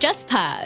JustPod。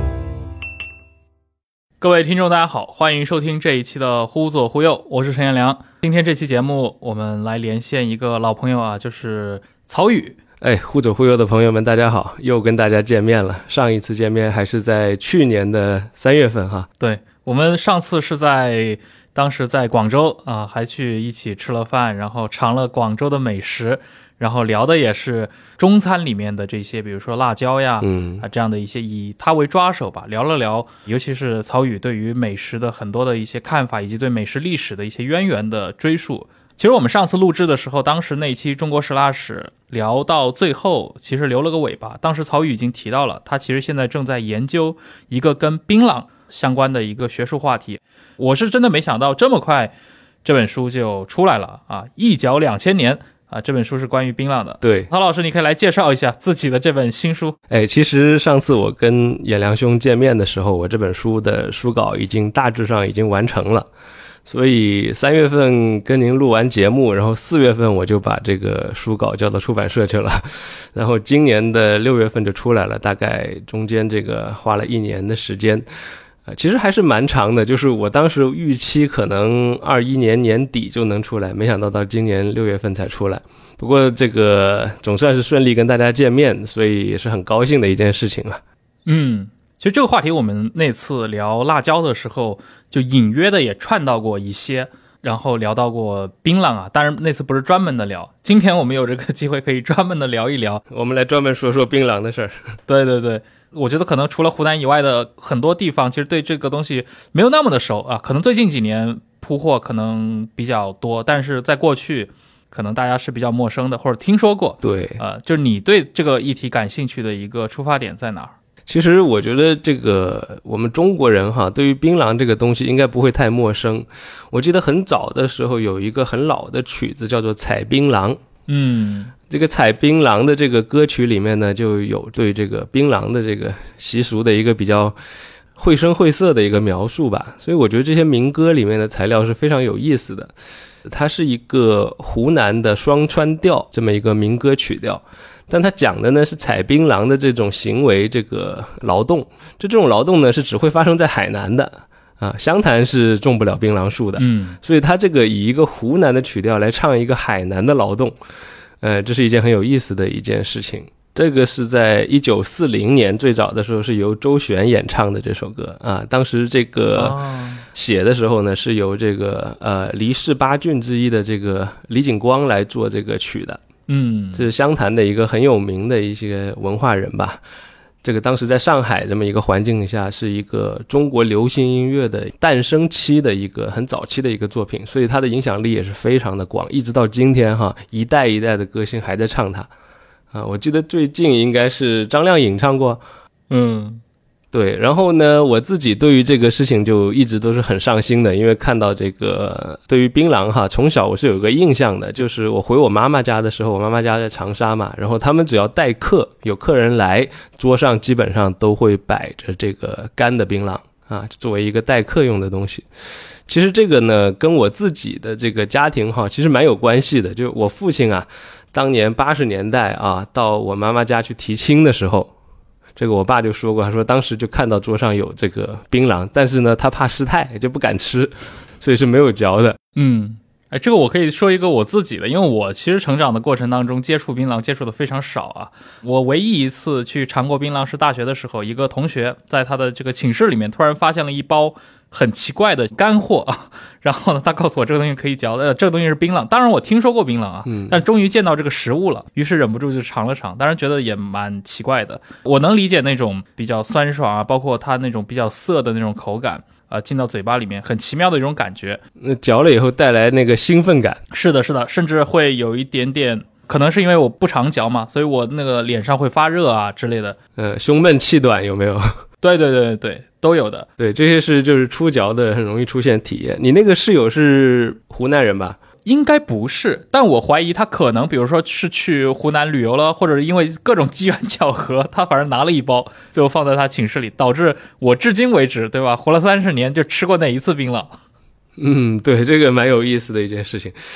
各位听众大家好，欢迎收听这一期的忽左忽右，我是陈彦良。今天这期节目我们来连线一个老朋友啊，就是曹宇。 忽左忽右的朋友们大家好，又跟大家见面了。上一次见面还是在去年的3月份哈。 对，我们上次是当时在广州啊，还去一起吃了饭，然后尝了广州的美食，然后聊的也是中餐里面的这些，比如说辣椒呀，这样的一些，以它为抓手吧，聊了聊，尤其是曹宇对于美食的很多的一些看法，以及对美食历史的一些渊源的追溯。其实我们上次录制的时候，当时那期中国食辣史聊到最后，其实留了个尾巴。当时曹宇已经提到了，他其实现在正在研究一个跟槟榔相关的一个学术话题。我是真的没想到这么快这本书就出来了啊！一脚2000年啊！这本书是关于槟榔的。 对， 曹老师，你可以来介绍一下自己的这本新书。 其实上次我跟彦良兄见面的时候，我这本书的书稿大致上已经完成了。所以3月份跟您录完节目，然后4月份我就把这个书稿交到出版社去了，然后今年的6月份就出来了，大概中间这个花了1年的时间，其实还是蛮长的，就是我当时预期可能21年年底就能出来，没想到今年6月份才出来。不过这个总算是顺利跟大家见面，所以也是很高兴的一件事情啊。 其实这个话题我们那次聊辣椒的时候就隐约的也串到过一些，然后聊到过槟榔啊，当然那次不是专门的聊，今天我们有这个机会可以专门的聊一聊， 我们来专门说说槟榔的事儿。 对对对，我觉得可能除了湖南以外的很多地方其实对这个东西没有那么的熟啊，可能最近几年铺货可能比较多，但是在过去可能大家是比较陌生的或者听说过。 对， 就是你对这个议题感兴趣的一个出发点在哪儿？ 其实我觉得这个我们中国人哈，对于槟榔这个东西应该不会太陌生。我记得很早的时候有一个很老的曲子叫做《采槟榔》。这个采槟榔的这个歌曲里面呢，就有对这个槟榔的这个习俗的一个比较绘声绘色的一个描述吧。所以我觉得这些民歌里面的材料是非常有意思的。它是一个湖南的双川调这么一个民歌曲调，但它讲的呢是采槟榔的这种行为，这个劳动，这种劳动呢是只会发生在海南的啊，湘潭是种不了槟榔树的，所以它这个以一个湖南的曲调来唱一个海南的劳动，这是一件很有意思的一件事情。这个是在1940年最早的时候是由周璇演唱的这首歌啊，当时这个写的时候呢是由这个黎氏八郡之一的这个李景光来做这个曲的。这是湘潭的一个很有名的一些文化人吧。这个当时在上海这么一个环境下，是一个中国流行音乐的诞生期的一个很早期的一个作品，所以它的影响力也是非常的广，一直到今天哈，一代一代的歌星还在唱它啊。我记得最近应该是张靓颖唱过。对，然后呢，我自己对于这个事情就一直都是很上心的，因为看到这个对于槟榔哈，从小我是有个印象的，就是我回我妈妈家的时候，我妈妈家在长沙嘛，然后他们只要待客，有客人来，桌上基本上都会摆着这个干的槟榔啊，作为一个待客用的东西。其实这个呢，跟我自己的这个家庭哈，其实蛮有关系的。就我父亲啊，当年80年代啊，到我妈妈家去提亲的时候，这个我爸就说过，他说当时就看到桌上有这个槟榔，但是呢他怕失态就不敢吃，所以是没有嚼的。 这个我可以说一个我自己的，因为我其实成长的过程当中接触槟榔接触的非常少啊。我唯一一次去尝过槟榔是大学的时候，一个同学在他的这个寝室里面突然发现了一包很奇怪的干货啊，然后呢他告诉我这个东西可以嚼的，这个东西是槟榔。当然我听说过槟榔啊，但终于见到这个食物了，于是忍不住就尝了尝，当然觉得也蛮奇怪的。我能理解那种比较酸爽啊，包括它那种比较涩的那种口感进到嘴巴里面很奇妙的一种感觉， 那嚼了以后带来那个兴奋感。 是的，甚至会有一点点，可能是因为我不常嚼嘛，所以我那个脸上会发热啊之类的。 胸闷气短有没有？ 对，都有的。 对，这些是就是初嚼的很容易出现体验。你那个室友是湖南人吧？ 应该不是，但我怀疑他可能比如说是去湖南旅游了，或者是因为各种机缘巧合，他反正拿了一包最后放在他寝室里，导致我至今为止，对吧，活了30年就吃过那一次槟榔。 对，这个蛮有意思的一件事情。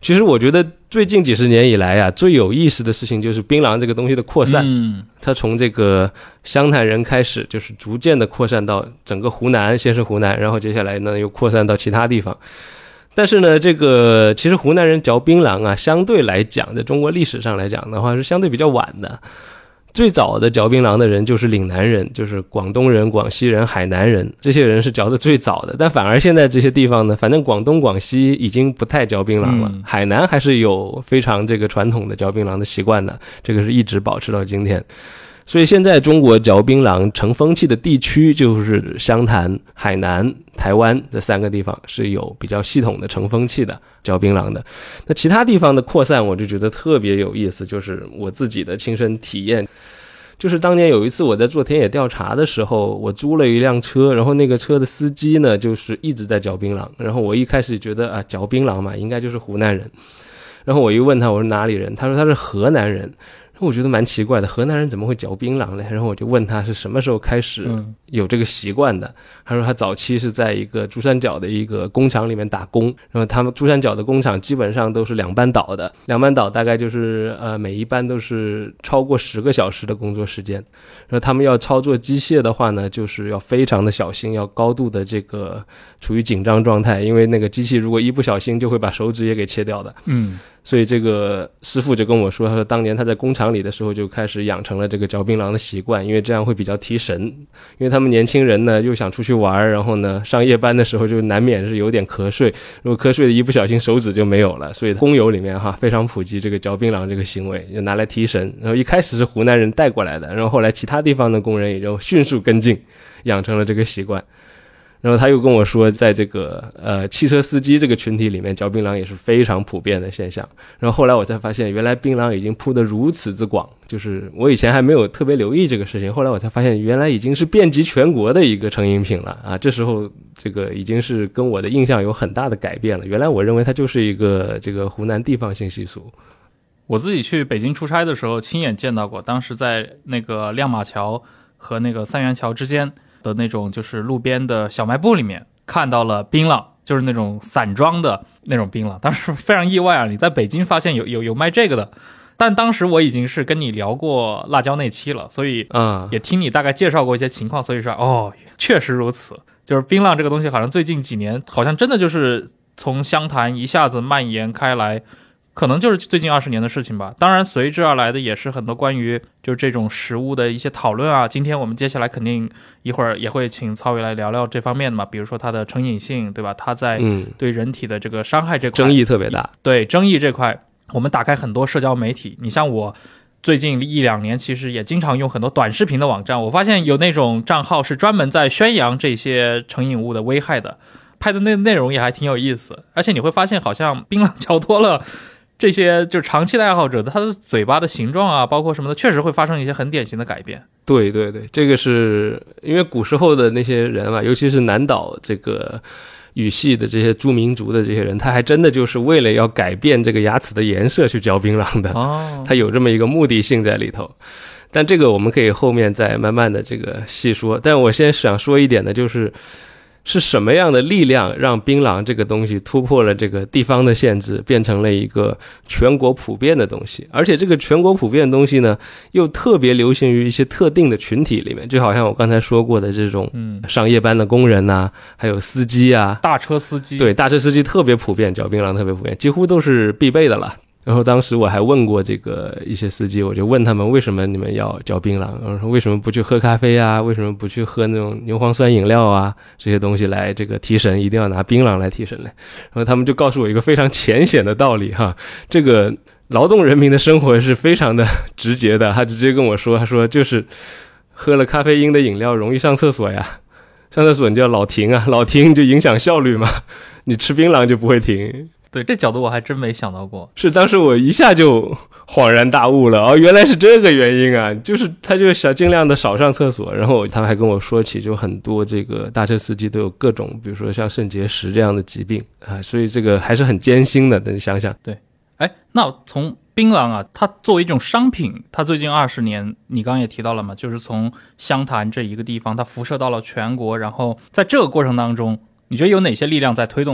其实我觉得最近几十年以来啊，最有意思的事情就是槟榔这个东西的扩散。它从这个湘潭人开始，就是逐渐的扩散到整个湖南，先是湖南，然后接下来呢又扩散到其他地方。但是呢，这个其实湖南人嚼槟榔啊，相对来讲，在中国历史上来讲的话，是相对比较晚的。最早的嚼槟榔的人就是岭南人，就是广东人、广西人、海南人，这些人是嚼的最早的。但反而现在这些地方呢，反正广东、广西已经不太嚼槟榔了，海南还是有非常这个传统的嚼槟榔的习惯的，这个是一直保持到今天。所以现在中国嚼槟榔成风气的地区就是湘潭、海南、台湾这3个地方是有比较系统的成风气的嚼槟榔的。那其他地方的扩散我就觉得特别有意思，就是我自己的亲身体验。就是当年有一次我在做田野调查的时候，我租了一辆车，然后那个车的司机呢就是一直在嚼槟榔，然后我一开始觉得啊，嚼槟榔嘛应该就是湖南人，然后我一问他我说哪里人，他说他是河南人。我觉得蛮奇怪的，河南人怎么会嚼槟榔呢？然后我就问他是什么时候开始有这个习惯的。他说他早期是在一个珠三角的一个工厂里面打工，然后他们珠三角的工厂基本上都是2班倒的，2班倒大概就是每一班都是超过10个小时的工作时间。然后他们要操作机械的话呢，就是要非常的小心，要高度的这个处于紧张状态，因为那个机器如果一不小心就会把手指也给切掉的。所以这个师傅就跟我说，他说当年他在工厂里的时候就开始养成了这个嚼槟榔的习惯，因为这样会比较提神。因为他们年轻人呢又想出去玩，然后呢上夜班的时候就难免是有点瞌睡，如果瞌睡的一不小心手指就没有了，所以工友里面非常普及这个嚼槟榔这个行为，就拿来提神。然后一开始是湖南人带过来的，然后后来其他地方的工人也就迅速跟进，养成了这个习惯。然后他又跟我说，在这个汽车司机这个群体里面，嚼槟榔也是非常普遍的现象。然后后来我才发现，原来槟榔已经铺得如此之广，就是我以前还没有特别留意这个事情，后来我才发现，原来已经是遍及全国的一个成瘾品了啊！这时候这个已经是跟我的印象有很大的改变了。原来我认为它就是一个这个湖南地方性习俗。 我自己去北京出差的时候，亲眼见到过，当时在那个亮马桥和那个三元桥之间的那种就是路边的小卖部里面看到了槟榔，就是那种散装的那种槟榔。当时非常意外啊，你在北京发现有卖这个的。但当时我已经是跟你聊过辣椒那期了，所以也听你大概介绍过一些情况，所以说确实如此，就是槟榔这个东西好像最近几年好像真的就是从湘潭一下子蔓延开来，可能就是最近20年的事情吧。当然随之而来的也是很多关于就是这种食物的一些讨论啊。今天我们接下来肯定一会儿也会请曹伟来聊聊这方面的嘛，比如说它的成瘾性，对吧？它在对人体的这个伤害这块争议特别大。 对，争议这块我们打开很多社交媒体，你像我最近1-2年其实也经常用很多短视频的网站，我发现有那种账号是专门在宣扬这些成瘾物的危害的，拍的内容也还挺有意思。而且你会发现好像槟榔嚼多了，这些就是长期的爱好者的他的嘴巴的形状啊包括什么的确实会发生一些很典型的改变。 对对对，这个是因为古时候的那些人嘛，尤其是南岛这个语系的这些诸民族的这些人，他还真的就是为了要改变这个牙齿的颜色去嚼槟榔的，他有这么一个目的性在里头。但这个我们可以后面再慢慢的这个细说。但我先想说一点的是什么样的力量让槟榔这个东西突破了这个地方的限制，变成了一个全国普遍的东西。而且这个全国普遍的东西呢，又特别流行于一些特定的群体里面，就好像我刚才说过的这种上夜班的工人啊，还有司机啊， 大车司机。 对，大车司机特别普遍，嚼槟榔特别普遍，几乎都是必备的了。然后当时我还问过这个一些司机，我就问他们为什么你们要嚼槟榔，然后说为什么不去喝咖啡啊，为什么不去喝那种牛磺酸饮料啊，这些东西来这个提神，一定要拿槟榔来提神来。然后他们就告诉我一个非常浅显的道理哈，这个劳动人民的生活是非常的直接的。他直接跟我说，他说就是喝了咖啡因的饮料容易上厕所呀，上厕所你就要老停啊，老停就影响效率嘛，你吃槟榔就不会停。 对，这角度我还真没想到过。 是当时我一下就恍然大悟了，原来是这个原因啊，就是他就想尽量的少上厕所。然后他还跟我说起，就很多这个大车司机都有各种比如说像肾结石这样的疾病啊，所以这个还是很艰辛的，你想想。 对，那从槟榔啊，它作为一种商品，它最近20年你刚刚也提到了嘛，就是从湘潭这一个地方它辐射到了全国，然后在这个过程当中你觉得有哪些力量在推动它？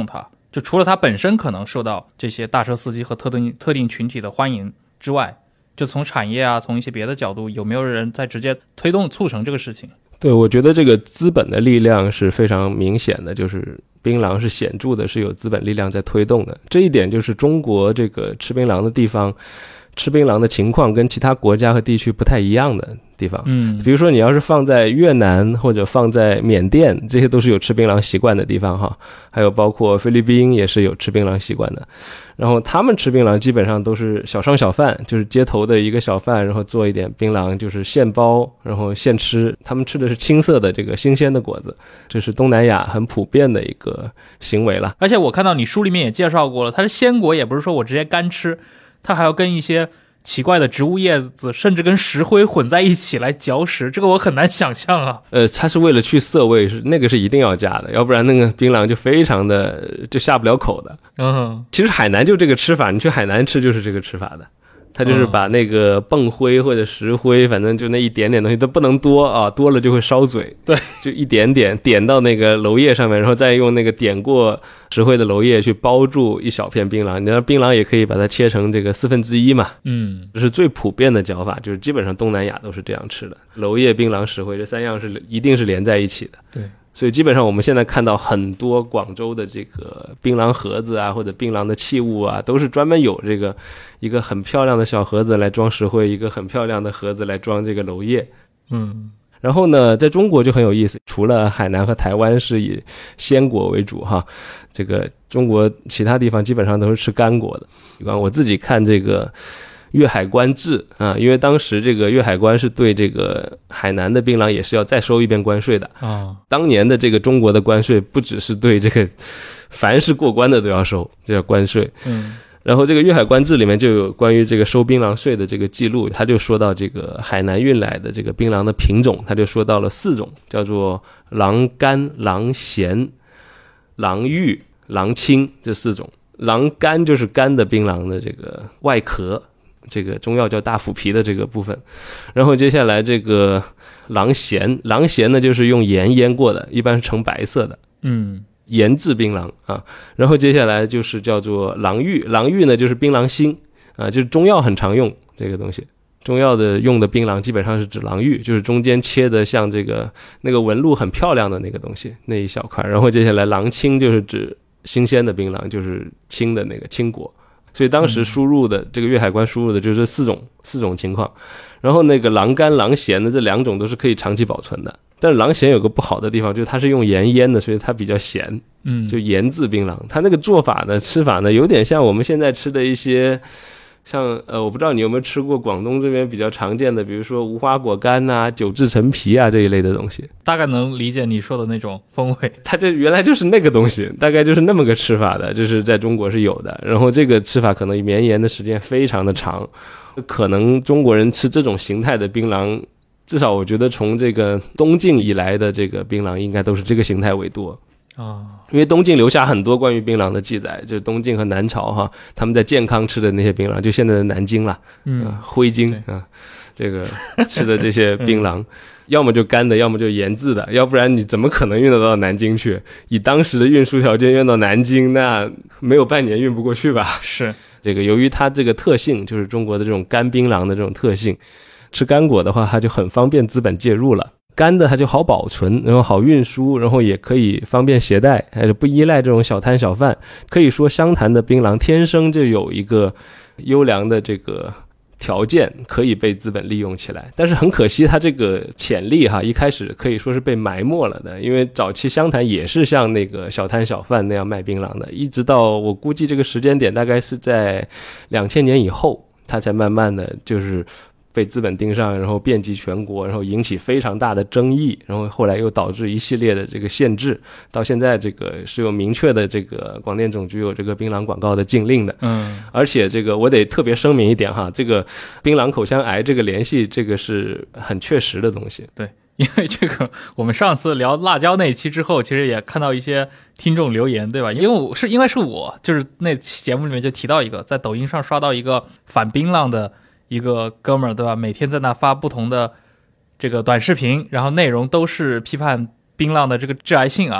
就除了它本身可能受到这些大车司机和特定群体的欢迎之外，就从产业啊，从一些别的角度，有没有人在直接推动促成这个事情？ 对，我觉得这个资本的力量是非常明显的，就是槟榔是显著的，是有资本力量在推动的。这一点就是中国这个吃槟榔的地方，吃槟榔的情况跟其他国家和地区不太一样的地方。比如说你要是放在越南或者放在缅甸，这些都是有吃槟榔习惯的地方哈，还有包括菲律宾也是有吃槟榔习惯的。然后他们吃槟榔基本上都是小商小贩，就是街头的一个小贩，然后做一点槟榔，就是现包，然后现吃。他们吃的是青色的这个新鲜的果子，这是东南亚很普遍的一个行为了。 而且我看到你书里面也介绍过了，它是鲜果，也不是说我直接干吃，它还要跟一些奇怪的植物叶子，甚至跟石灰混在一起来嚼食，这个我很难想象啊。 它是为了去涩味，是那个是一定要加的，要不然那个槟榔就非常的就下不了口的。其实海南就这个吃法，你去海南吃就是这个吃法的。它就是把那个苯灰或者石灰，反正就那一点点东西都不能多啊，多了就会烧嘴。 对， 就一点点点到那个楼叶上面，然后再用那个点过石灰的楼叶去包住一小片槟榔。你那槟榔也可以把它切成这个1/4嘛。这是最普遍的嚼法，就是基本上东南亚都是这样吃的。楼叶、槟榔、石灰这三样是一定是连在一起的。 对。 所以基本上我们现在看到很多广州的这个槟榔盒子啊，或者槟榔的器物啊，都是专门有这个一个很漂亮的小盒子来装石灰，一个很漂亮的盒子来装这个楼叶。然后呢，在中国就很有意思，除了海南和台湾是以鲜果为主哈，这个中国其他地方基本上都是吃干果的。我自己看这个粤海关制啊，因为当时这个粤海关是对这个海南的槟榔也是要再收一遍关税的啊。当年的这个中国的关税不只是对这个凡是过关的都要收，这叫关税。然后这个粤海关制里面就有关于这个收槟榔税的这个记录，他就说到这个海南运来的这个槟榔的品种，他就说到了4种，叫做狼干、狼咸、狼玉、狼青这4种。狼干就是干的槟榔的这个外壳，这个中药叫大腐皮的这个部分。然后接下来这个狼咸，狼咸呢就是用盐腌过的，一般是呈白色的。盐制槟榔啊。然后接下来就是叫做狼玉，狼玉呢就是槟榔心啊，就是中药很常用这个东西。中药的用的槟榔基本上是指狼玉，就是中间切的像这个那个纹路很漂亮的那个东西，那一小块。然后接下来狼青就是指新鲜的槟榔，就是青的那个青果。所以当时输入的这个粤海关输入的就是四种情况。然后那个狼干、狼咸的这2种都是可以长期保存的。但是狼咸有个不好的地方，就是它是用盐腌的，所以它比较咸。就盐制槟榔，它那个做法呢、吃法呢，有点像我们现在吃的一些，像我不知道你有没有吃过广东这边比较常见的，比如说无花果干啊、酒制陈皮啊这一类的东西。 大概能理解你说的那种风味。 它这原来就是那个东西，大概就是那么个吃法的，就是在中国是有的。然后这个吃法可能绵延的时间非常的长，可能中国人吃这种形态的槟榔，至少我觉得从这个东晋以来的这个槟榔应该都是这个形态为多啊。因为东晋留下很多关于槟榔的记载，就是东晋和南朝哈，他们在健康吃的那些槟榔，就现在的南京啦，徽京啊，这个吃的这些槟榔要么就干的，要么就盐制的，要不然你怎么可能运得到南京去？以当时的运输条件运到南京，那没有半年运不过去吧？ 是这个，由于它这个特性，就是中国的这种干槟榔的这种特性，吃干果的话，它就很方便资本介入了。干的它就好保存，然后好运输，然后也可以方便携带，不依赖这种小摊小贩。可以说湘潭的槟榔天生就有一个优良的这个条件可以被资本利用起来。但是很可惜它这个潜力一开始可以说是被埋没了的，因为早期湘潭也是像那个小摊小贩那样卖槟榔的，一直到我估计这个时间点大概是在2000年以后，它才慢慢的就是被资本盯上，然后遍及全国，然后引起非常大的争议，然后后来又导致一系列的这个限制，到现在这个是有明确的这个广电总局有这个槟榔广告的禁令的。而且这个我得特别声明一点哈，这个槟榔口腔癌这个联系，这个是很确实的东西。 对，因为这个我们上次聊辣椒那一期之后，其实也看到一些听众留言，对吧？因为是我就是那期节目里面就提到一个，在抖音上刷到一个反槟榔的一个哥们儿，对吧？每天在那发不同的这个短视频，然后内容都是批判槟榔的这个致癌性啊。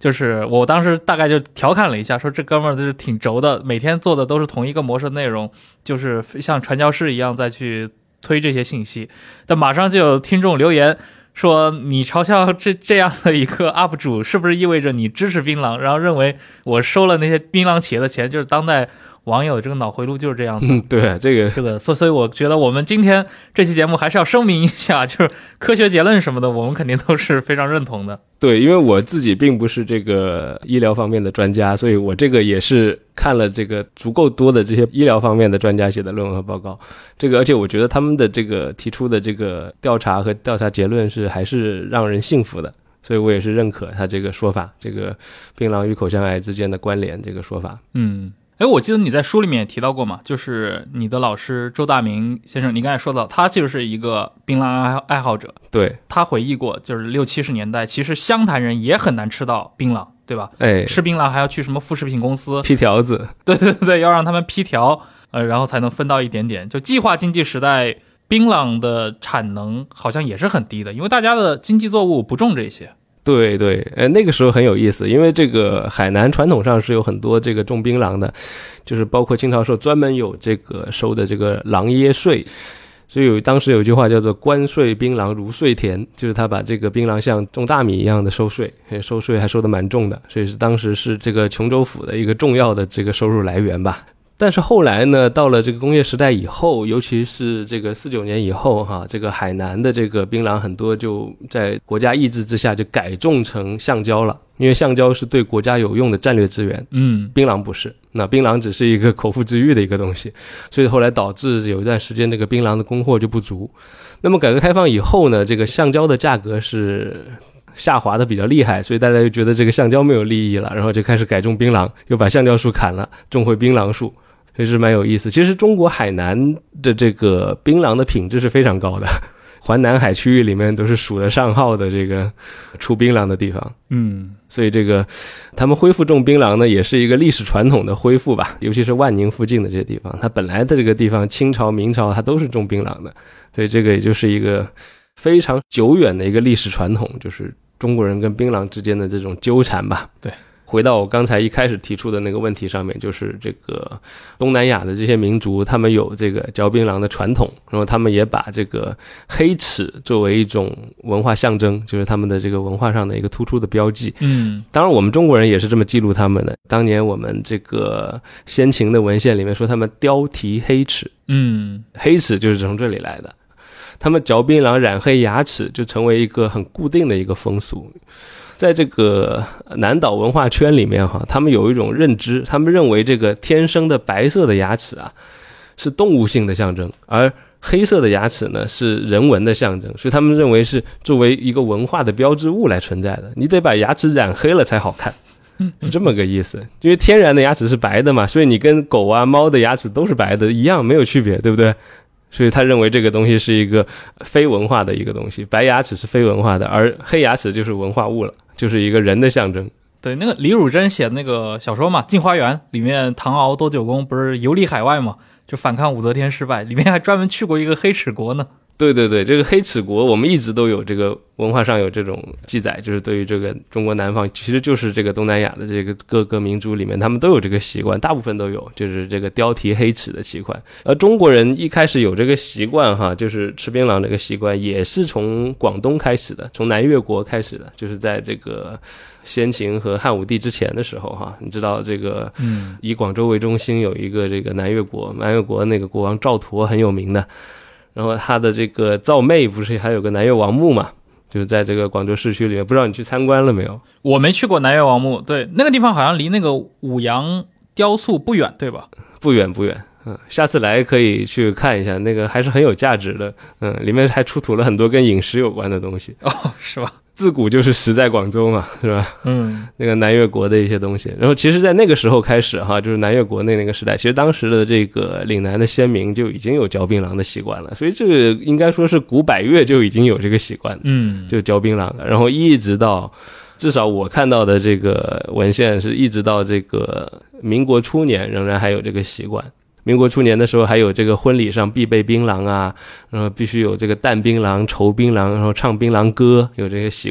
就是我当时大概就调侃了一下，说这哥们儿就是挺轴的，每天做的都是同一个模式内容，就是像传教士一样再去推这些信息。但马上就有听众留言说，你嘲笑这样的一个 UP 主，是不是意味着你支持槟榔，然后认为我收了那些槟榔企业的钱？就是当代网友这个脑回路就是这样子。 对，这个， 所以我觉得我们今天这期节目还是要声明一下，就是科学结论什么的，我们肯定都是非常认同的。 对，因为我自己并不是这个医疗方面的专家，所以我这个也是看了这个足够多的这些医疗方面的专家写的论文和报告。这个，而且我觉得他们的这个提出的这个调查和调查结论还是让人信服的，所以我也是认可他这个说法，这个槟榔与口腔癌之间的关联这个说法。 我记得你在书里面也提到过嘛，就是你的老师周大明先生，你刚才说到他就是一个槟榔爱好者。 对， 他回忆过，就是60、70年代，其实湘潭人也很难吃到槟榔，对吧？吃槟榔还要去什么副食品公司批条子， 对，要让他们批条，然后才能分到一点点。就计划经济时代，槟榔的产能好像也是很低的，因为大家的经济作物不种这些。 对，那个时候很有意思，因为这个海南传统上是有很多这个种槟榔的，就是包括清朝时候专门有这个收的这个榔椰税，所以当时有句话叫做关税槟榔如税田，就是他把这个槟榔像种大米一样的收税还收得蛮重的，所以当时是这个琼州府的一个重要的这个收入来源吧。但是后来呢，到了这个工业时代以后，尤其是这个49年以后这个海南的这个槟榔很多就在国家意志之下就改种成橡胶了，因为橡胶是对国家有用的战略资源，槟榔不是，那槟榔只是一个口腹之欲的一个东西，所以后来导致有一段时间这个槟榔的供货就不足。那么改革开放以后呢，这个橡胶的价格是下滑的比较厉害，所以大家就觉得这个橡胶没有利益了，然后就开始改种槟榔，又把橡胶树砍了，种回槟榔树，所以是蛮有意思。其实中国海南的这个槟榔的品质是非常高的，环南海区域里面都是数得上号的这个出槟榔的地方。所以这个他们恢复种槟榔呢，也是一个历史传统的恢复吧，尤其是万宁附近的这些地方，它本来的这个地方清朝明朝它都是种槟榔的，所以这个也就是一个非常久远的一个历史传统，就是中国人跟槟榔之间的这种纠缠吧。 对， 回到我刚才一开始提出的那个问题上面，就是这个东南亚的这些民族，他们有这个嚼槟榔的传统，然后他们也把这个黑齿作为一种文化象征，就是他们的这个文化上的一个突出的标记。当然我们中国人也是这么记录他们的。当年我们这个先秦的文献里面说他们雕蹄黑齿，黑齿就是从这里来的。他们嚼槟榔染黑牙齿就成为一个很固定的一个风俗。在这个南岛文化圈里面他们有一种认知，他们认为这个天生的白色的牙齿是动物性的象征，而黑色的牙齿呢是人文的象征，所以他们认为是作为一个文化的标志物来存在的，你得把牙齿染黑了才好看，是这么个意思。因为天然的牙齿是白的嘛，所以你跟狗啊猫的牙齿都是白的一样，没有区别，对不对？所以他认为这个东西是一个非文化的一个东西，白牙齿是非文化的，而黑牙齿就是文化物了，就是一个人的象征。 对，那个李汝珍写的那个小说嘛，《镜花缘》里面唐敖多久公不是游历海外嘛，就反抗武则天失败，里面还专门去过一个黑齿国呢。 对，这个黑齿国我们一直都有这个文化上有这种记载，就是对于这个中国南方，其实就是这个东南亚的这个各个民族里面他们都有这个习惯，大部分都有，就是这个雕蹄黑齿的习惯。而中国人一开始有这个习惯就是吃槟榔这个习惯也是从广东开始的，从南越国开始的，就是在这个先秦和汉武帝之前的时候你知道这个以广州为中心有一个这个南越国那个国王赵佗很有名的，然后他的这个赵妹不是还有个南越王墓嘛，就是在这个广州市区里面，不知道你去参观了没有？ 我没去过南越王墓，对，那个地方好像离那个五羊雕塑不远，对吧？ 不远，下次来可以去看一下，那个还是很有价值的，里面还出土了很多跟饮食有关的东西。 是吧？ 自古就是食在广州嘛，是吧？那个南越国的一些东西，然后其实在那个时候开始就是南越国内那个时代，其实当时的这个岭南的先民就已经有嚼槟榔的习惯了，所以这个应该说是古百越就已经有这个习惯了，就嚼槟榔了，然后一直到至少我看到的这个文献是一直到这个民国初年仍然还有这个习惯。民国初年的时候还有这个婚礼上必备槟榔然后必须有这个淡槟榔、稠槟榔，然后唱槟榔歌，有这些习惯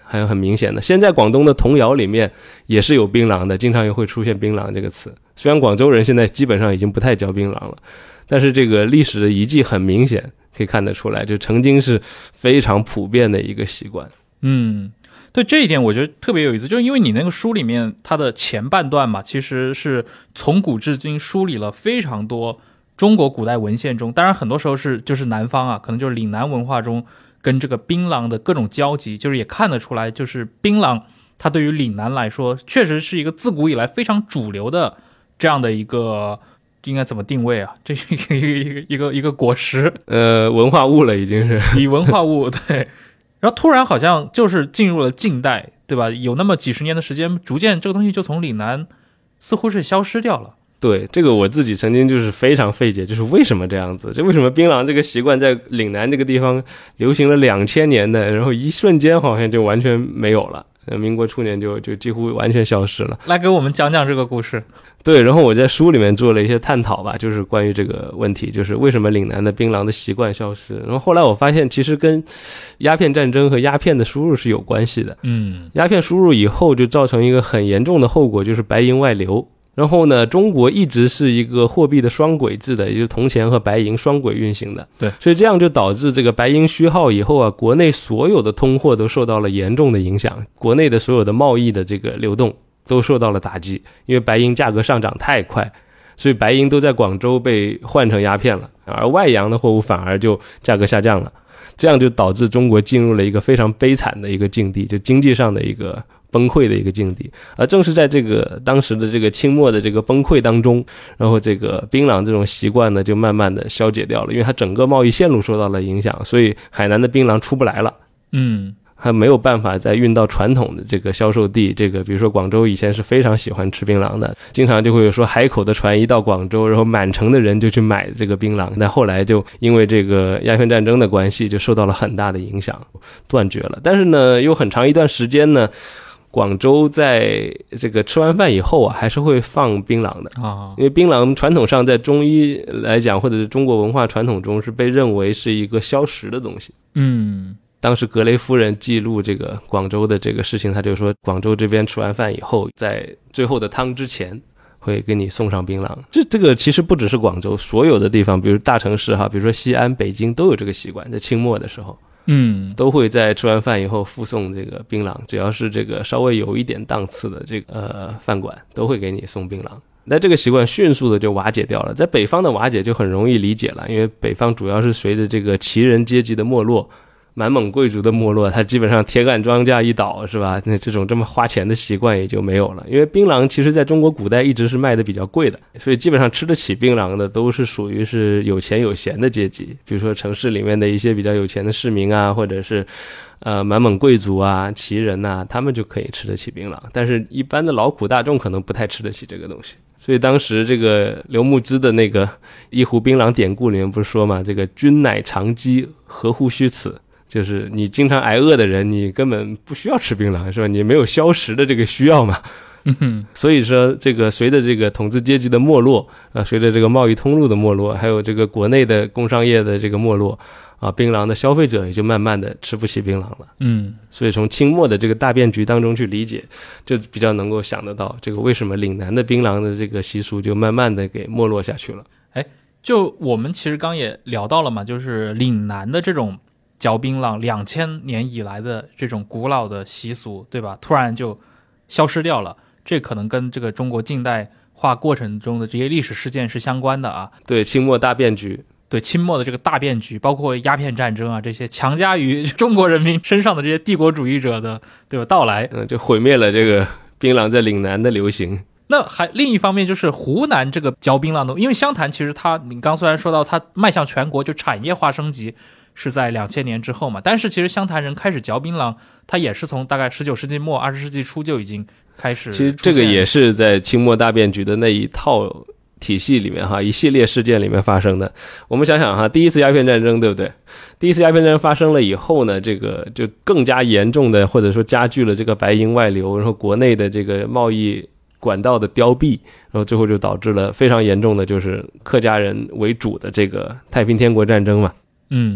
还有很明显的。现在广东的童谣里面也是有槟榔的，经常也会出现槟榔这个词。虽然广州人现在基本上已经不太嚼槟榔了，但是这个历史的遗迹很明显可以看得出来，就曾经是非常普遍的一个习惯。 对，这一点我觉得特别有意思，就是因为你那个书里面它的前半段嘛，其实是从古至今梳理了非常多中国古代文献中，当然很多时候就是南方啊，可能就是岭南文化中跟这个槟榔的各种交集，就是也看得出来，就是槟榔它对于岭南来说确实是一个自古以来非常主流的这样的一个，应该怎么定位啊？这是一个果实， 文化物了已经是， 以文化物对。然后突然好像就是进入了近代，对吧？有那么几十年的时间，逐渐这个东西就从岭南似乎是消失掉了。 对，这个我自己曾经就是非常费解，就是为什么这样子？就为什么槟榔这个习惯在岭南这个地方流行了2000年的，然后一瞬间好像就完全没有了。民国初年就几乎完全消失了。 来给我们讲讲这个故事。 对，然后我在书里面做了一些探讨吧，就是关于这个问题，就是为什么岭南的槟榔的习惯消失。然后后来我发现其实跟鸦片战争和鸦片的输入是有关系的。鸦片输入以后就造成一个很严重的后果，就是白银外流。然后呢，中国一直是一个货币的双轨制的，也就是铜钱和白银双轨运行的。 对， 所以这样就导致这个白银虚耗以后啊，国内所有的通货都受到了严重的影响，国内的所有的贸易的这个流动都受到了打击，因为白银价格上涨太快，所以白银都在广州被换成鸦片了，而外洋的货物反而就价格下降了，这样就导致中国进入了一个非常悲惨的一个境地，就经济上的一个崩溃的一个境地。而正是在这个当时的这个清末的这个崩溃当中，然后这个槟榔这种习惯呢就慢慢的消解掉了，因为它整个贸易线路受到了影响，所以海南的槟榔出不来了。还没有办法再运到传统的这个销售地，这个比如说广州以前是非常喜欢吃槟榔的，经常就会有说海口的船一到广州，然后满城的人就去买这个槟榔，但后来就因为这个鸦片战争的关系就受到了很大的影响，断绝了。但是呢有很长一段时间呢，广州在这个吃完饭以后啊还是会放槟榔的因为槟榔传统上在中医来讲或者是中国文化传统中是被认为是一个消食的东西。当时格雷夫人记录这个广州的这个事情，他就说广州这边吃完饭以后，在最后的汤之前会给你送上槟榔。这个其实不只是广州，所有的地方，比如大城市哈，比如说西安、北京都有这个习惯，在清末的时候，都会在吃完饭以后附送这个槟榔，只要是这个稍微有一点档次的这个饭馆都会给你送槟榔。那这个习惯迅速的就瓦解掉了，在北方的瓦解就很容易理解了，因为北方主要是随着这个旗人阶级的没落，满蒙贵族的没落，它基本上铁杆庄稼一倒，是吧？那这种这么花钱的习惯也就没有了。因为槟榔其实在中国古代一直是卖的比较贵的，所以基本上吃得起槟榔的都是属于是有钱有闲的阶级，比如说城市里面的一些比较有钱的市民啊，或者是满蒙贵族啊、旗人啊，他们就可以吃得起槟榔，但是一般的劳苦大众可能不太吃得起这个东西。所以当时这个刘牧之的那个一壶槟榔典故里面不是说嘛，这个君乃长饥，何乎须此，就是你经常挨饿的人，你根本不需要吃槟榔，是吧？你没有消食的这个需要嘛。所以说这个随着这个统治阶级的没落随着这个贸易通路的没落，还有这个国内的工商业的这个没落槟榔的消费者也就慢慢的吃不起槟榔了。所以从清末的这个大变局当中去理解，就比较能够想得到这个为什么岭南的槟榔的这个习俗就慢慢的给没落下去了。 就我们其实刚也聊到了嘛，就是岭南的这种嚼槟榔2000年以来的这种古老的习俗，对吧？突然就消失掉了，这可能跟这个中国近代化过程中的这些历史事件是相关的啊。 对，清末大变局， 对清末的这个大变局，包括鸦片战争啊，这些强加于中国人民身上的这些帝国主义者的，对吧？到来， 就毁灭了这个槟榔在岭南的流行。 那还另一方面就是湖南这个嚼槟榔的，因为湘潭其实你刚虽然说到它迈向全国就产业化升级是在2000年之后嘛，但是其实湘潭人开始嚼槟榔，它也是从大概19世纪末20世纪初就已经开始。 其实这个也是在清末大变局的那一套体系里面一系列事件里面发生的。我们想想第一次鸦片战争，对不对？第一次鸦片战争发生了以后呢，这个就更加严重的或者说加剧了这个白银外流，然后国内的这个贸易管道的凋敝，然后最后就导致了非常严重的就是客家人为主的这个太平天国战争嘛。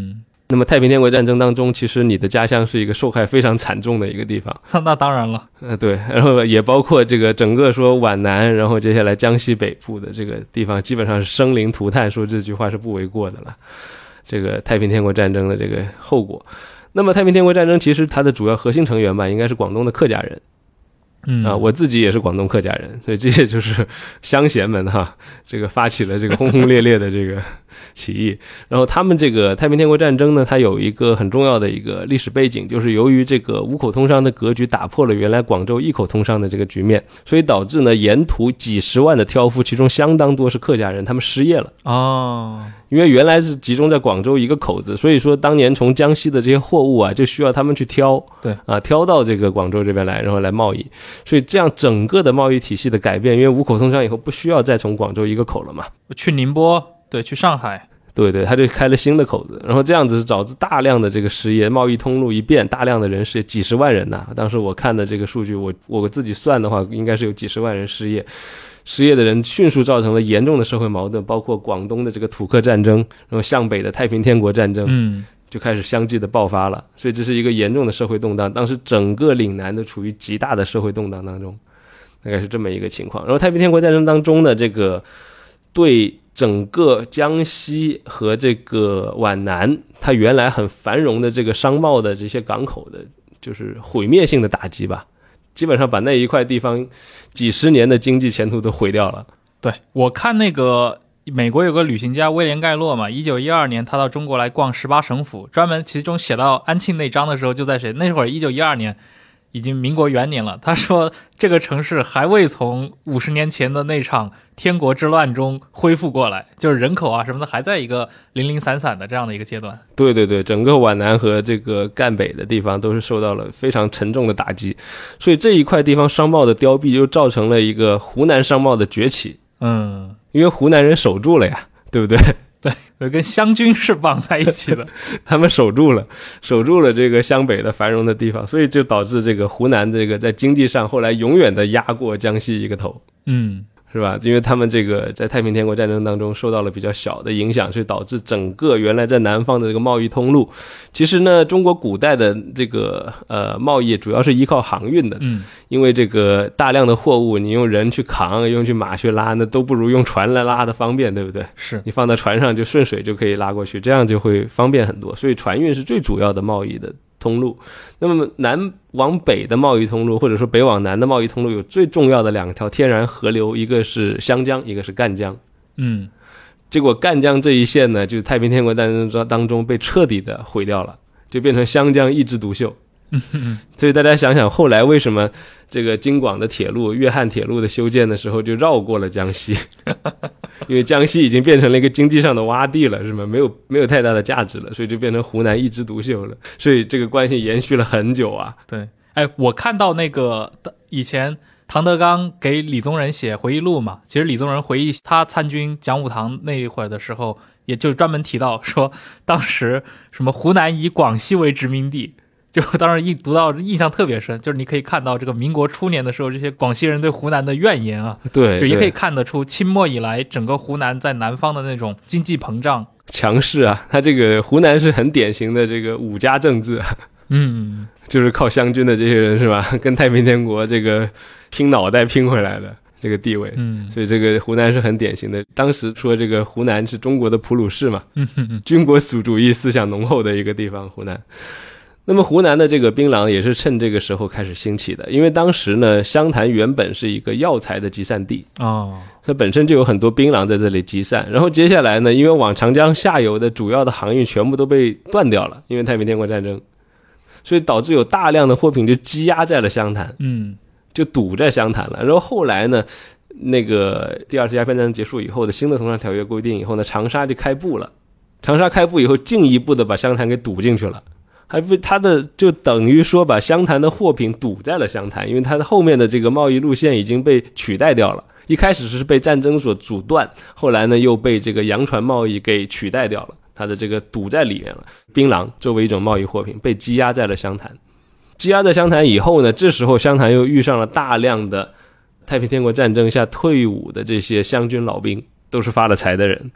那么太平天国战争当中，其实你的家乡是一个受害非常惨重的一个地方。 那当然了， 对，然后也包括这个整个说皖南，然后接下来江西北部的这个地方，基本上是生灵涂炭，说这句话是不为过的了。这个太平天国战争的这个后果。那么太平天国战争其实它的主要核心成员吧，应该是广东的客家人。我自己也是广东客家人，所以这些就是乡贤们哈，这个发起了这个轰轰烈烈的这个起义。然后他们这个太平天国战争呢，它有一个很重要的一个历史背景，就是由于这个五口通商的格局打破了原来广州一口通商的这个局面，所以导致呢沿途几十万的挑夫，其中相当多是客家人，他们失业了。因为原来是集中在广州一个口子，所以说当年从江西的这些货物啊，就需要他们去挑， 对挑到这个广州这边来，然后来贸易。所以这样整个的贸易体系的改变，因为五口通商以后不需要再从广州一个口了嘛， 去宁波，对，去上海， 对，他就开了新的口子，然后这样子是导致大量的这个失业，贸易通路一变，大量的人失业，几十万人呐。当时我看的这个数据，我自己算的话，应该是有几十万人失业。失业的人迅速造成了严重的社会矛盾，包括广东的这个土客战争，然后向北的太平天国战争，就开始相继的爆发了。所以这是一个严重的社会动荡，当时整个岭南都处于极大的社会动荡当中，大概是这么一个情况。然后太平天国战争当中呢，这个对整个江西和这个皖南，它原来很繁荣的这个商贸的这些港口的，就是毁灭性的打击吧。基本上把那一块地方几十年的经济前途都毁掉了。 对，我看那个美国有个旅行家威廉盖洛嘛，1912年他到中国来逛18省府，专门其中写到安庆那章的时候就在写，那会儿1912年已经民国元年了，他说这个城市还未从50年前的那场天国之乱中恢复过来，就是人口啊什么的还在一个零零散散的这样的一个阶段。 对，整个皖南和这个赣北的地方都是受到了非常沉重的打击，所以这一块地方商贸的凋敝就造成了一个湖南商贸的崛起。因为湖南人守住了呀，对不对？ 对，跟湘军是绑在一起的。 他们守住了这个湘北的繁荣的地方，所以就导致这个湖南这个在经济上后来永远的压过江西一个头。是吧？因为他们这个在太平天国战争当中受到了比较小的影响，所以导致整个原来在南方的这个贸易通路，其实呢，中国古代的这个贸易主要是依靠航运的。因为这个大量的货物你用人去扛，用去马去拉，那都不如用船来拉的方便，对不对？ 是， 你放在船上就顺水就可以拉过去，这样就会方便很多。所以船运是最主要的贸易的通路。那么南往北的贸易通路，或者说北往南的贸易通路，有最重要的两条天然河流，一个是湘江，一个是赣江。结果赣江这一线呢，就太平天国战争当中被彻底的毁掉了，就变成湘江一枝独秀。所以大家想想，后来为什么这个京广的铁路、粤汉铁路的修建的时候就绕过了江西？因为江西已经变成了一个经济上的洼地了，是吗？没有太大的价值了，所以就变成湖南一枝独秀了。所以这个关系延续了很久啊。 对，我看到那个以前唐德刚给李宗仁写回忆录嘛，其实李宗仁回忆他参军讲武堂那一会儿的时候，也就专门提到说，当时什么湖南以广西为殖民地。就当时一读到印象特别深，就是你可以看到这个民国初年的时候，这些广西人对湖南的怨言啊， 对， 就也可以看得出清末以来整个湖南在南方的那种经济膨胀强势啊。他这个湖南是很典型的这个武家政治啊，就是靠湘军的这些人是吧，跟太平天国这个拼脑袋拼回来的这个地位。所以这个湖南是很典型的。当时说这个湖南是中国的普鲁士嘛，军国主义思想浓厚的一个地方，湖南。那么湖南的这个槟榔也是趁这个时候开始兴起的，因为当时呢，湘潭原本是一个药材的集散地它本身就有很多槟榔在这里集散。然后接下来呢，因为往长江下游的主要的航运全部都被断掉了，因为太平天国战争，所以导致有大量的货品就积压在了湘潭，就堵在湘潭了。然后后来呢，那个第二次鸦片战争结束以后的新的通商条约规定以后呢，长沙就开埠了。长沙开埠以后，进一步的把湘潭给堵进去了。它的就等于说把湘潭的货品堵在了湘潭，因为它的后面的这个贸易路线已经被取代掉了。一开始是被战争所阻断，后来呢又被这个洋船贸易给取代掉了，它的这个堵在里面了。槟榔作为一种贸易货品被积压在了湘潭。积压在湘潭以后呢，这时候湘潭又遇上了大量的太平天国战争下退伍的这些湘军老兵，都是发了财的人。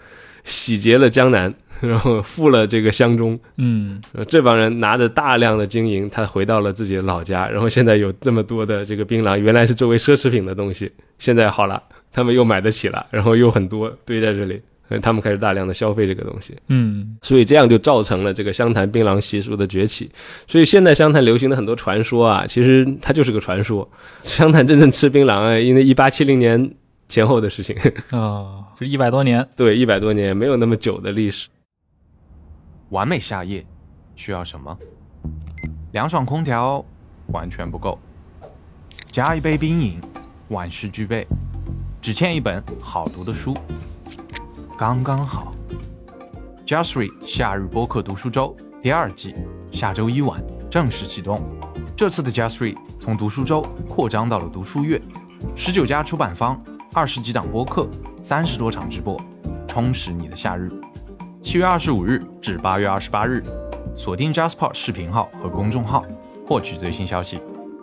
洗劫了江南，然后富了这个湘中。这帮人拿着大量的金银，他回到了自己的老家，然后现在有这么多的这个槟榔，原来是作为奢侈品的东西，现在好了，他们又买得起了，然后又很多堆在这里，他们开始大量的消费这个东西。所以这样就造成了这个湘潭槟榔习俗的崛起。所以现在湘潭流行的很多传说啊，其实它就是个传说。湘潭真正吃槟榔啊，因为1870年前后的事情就100多年。 对，100多年，没有那么久的历史。 完美夏夜需要什么？凉爽空调完全不够，加一杯冰饮万事俱备，只欠一本好读的书，刚刚好。Just Read 夏日播客读书周第2季下周1晚正式启动。这次的 Just Read 从读书周扩张到了读书月，19家出版方，20几档播客，30多场直播，充实你的夏日。7月25日至8月28日，锁定 JustPod 视频号和公众号，获取最新消息。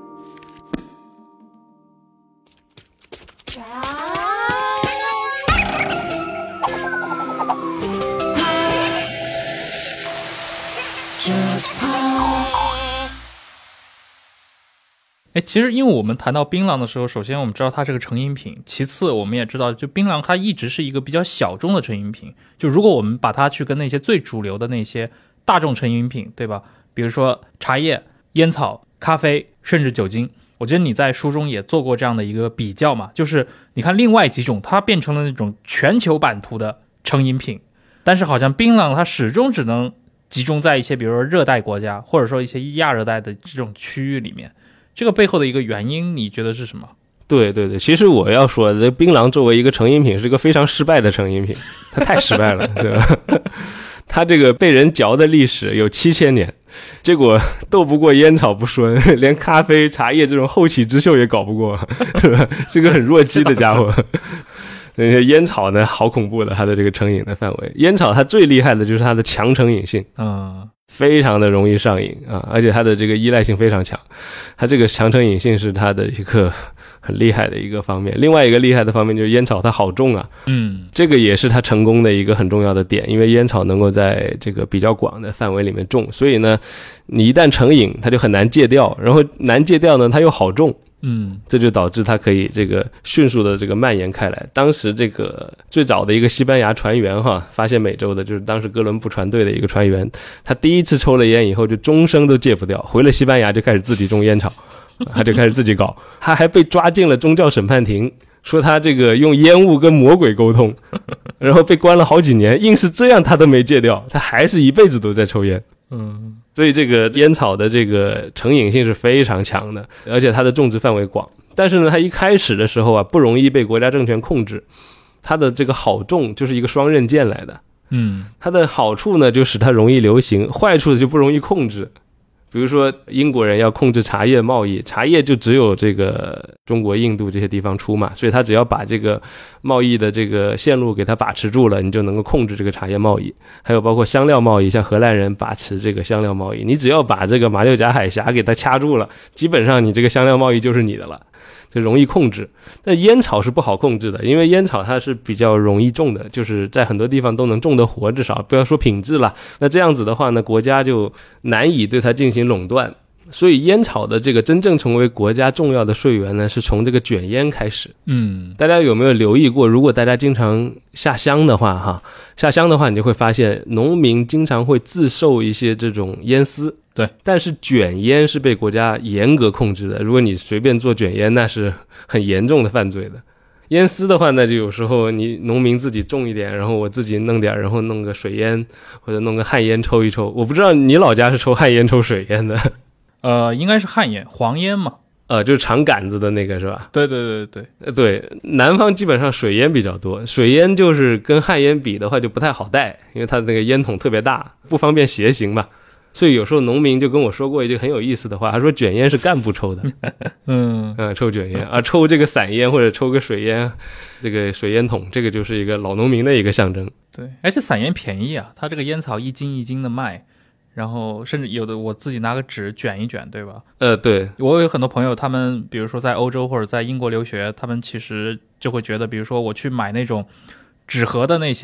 其实因为我们谈到槟榔的时候，首先我们知道它是个成瘾品，其次我们也知道就槟榔它一直是一个比较小众的成瘾品，就如果我们把它去跟那些最主流的那些大众成瘾品，对吧，比如说茶叶、烟草、咖啡甚至酒精，我觉得你在书中也做过这样的一个比较嘛，就是你看另外几种它变成了那种全球版图的成瘾品，但是好像槟榔它始终只能集中在一些比如说热带国家或者说一些亚热带的这种区域里面，这个背后的一个原因你觉得是什么？ 对对对，其实我要说的，槟榔作为一个成瘾品是一个非常失败的成瘾品，它太失败了，对吧？它这个被人嚼的历史有7000年，结果斗不过烟草不说，连咖啡、茶叶这种后起之秀也搞不过，是个很弱鸡的家伙。烟草呢，好恐怖的，它的这个成瘾的范围。烟草它最厉害的就是它的强成瘾性，非常的容易上瘾啊，而且它的这个依赖性非常强。它这个强成瘾性是它的一个很厉害的一个方面。另外一个厉害的方面就是烟草它好种啊，这个也是它成功的一个很重要的点，因为烟草能够在这个比较广的范围里面种，所以呢，你一旦成瘾，它就很难戒掉，然后难戒掉呢，它又好种。这就导致它可以这个迅速的这个蔓延开来。当时这个最早的一个西班牙船员发现美洲的，就是当时哥伦布船队的一个船员，他第一次抽了烟以后就终生都戒不掉，回了西班牙就开始自己种烟草，他就开始自己搞，他还被抓进了宗教审判庭，说他这个用烟雾跟魔鬼沟通，然后被关了好几年，硬是这样他都没戒掉，他还是一辈子都在抽烟。所以这个烟草的这个成瘾性是非常强的，而且它的种植范围广。但是呢，它一开始的时候啊，不容易被国家政权控制，它的这个好种就是一个双刃剑来的。它的好处呢，就使它容易流行，坏处就不容易控制。比如说英国人要控制茶叶贸易，茶叶就只有这个中国、印度这些地方出嘛，所以他只要把这个贸易的这个线路给它把持住了，你就能够控制这个茶叶贸易。还有包括香料贸易，像荷兰人把持这个香料贸易，你只要把这个马六甲海峡给它掐住了，基本上你这个香料贸易就是你的了，就容易控制。但烟草是不好控制的，因为烟草它是比较容易种的，就是在很多地方都能种得活，至少不要说品质了。那这样子的话呢，国家就难以对它进行垄断。所以烟草的这个真正成为国家重要的税源呢，是从这个卷烟开始。大家有没有留意过，如果大家经常下乡的话你就会发现农民经常会自售一些这种烟丝。 对， 但是卷烟是被国家严格控制的，如果你随便做卷烟，那是很严重的犯罪的。烟丝的话呢，就有时候你农民自己种一点，然后我自己弄点，然后弄个水烟或者弄个旱烟抽一抽。我不知道你老家是抽旱烟抽水烟的。 应该是旱烟，黄烟嘛。 就是长杆子的那个是吧？ 对对对对对，南方基本上水烟比较多，水烟就是跟旱烟比的话就不太好带，因为它那个烟筒特别大，不方便携行嘛。所以有时候农民就跟我说过一句很有意思的话，他说卷烟是干部抽的。抽卷烟啊，抽这个散烟或者抽个水烟，这个水烟筒，这个就是一个老农民的一个象征。 对，而且散烟便宜啊，它这个烟草一斤一斤的卖，然后甚至有的我自己拿个纸卷一卷，对吧？ 对， 我有很多朋友，他们比如说在欧洲或者在英国留学，他们其实就会觉得，比如说我去买那种纸盒的那些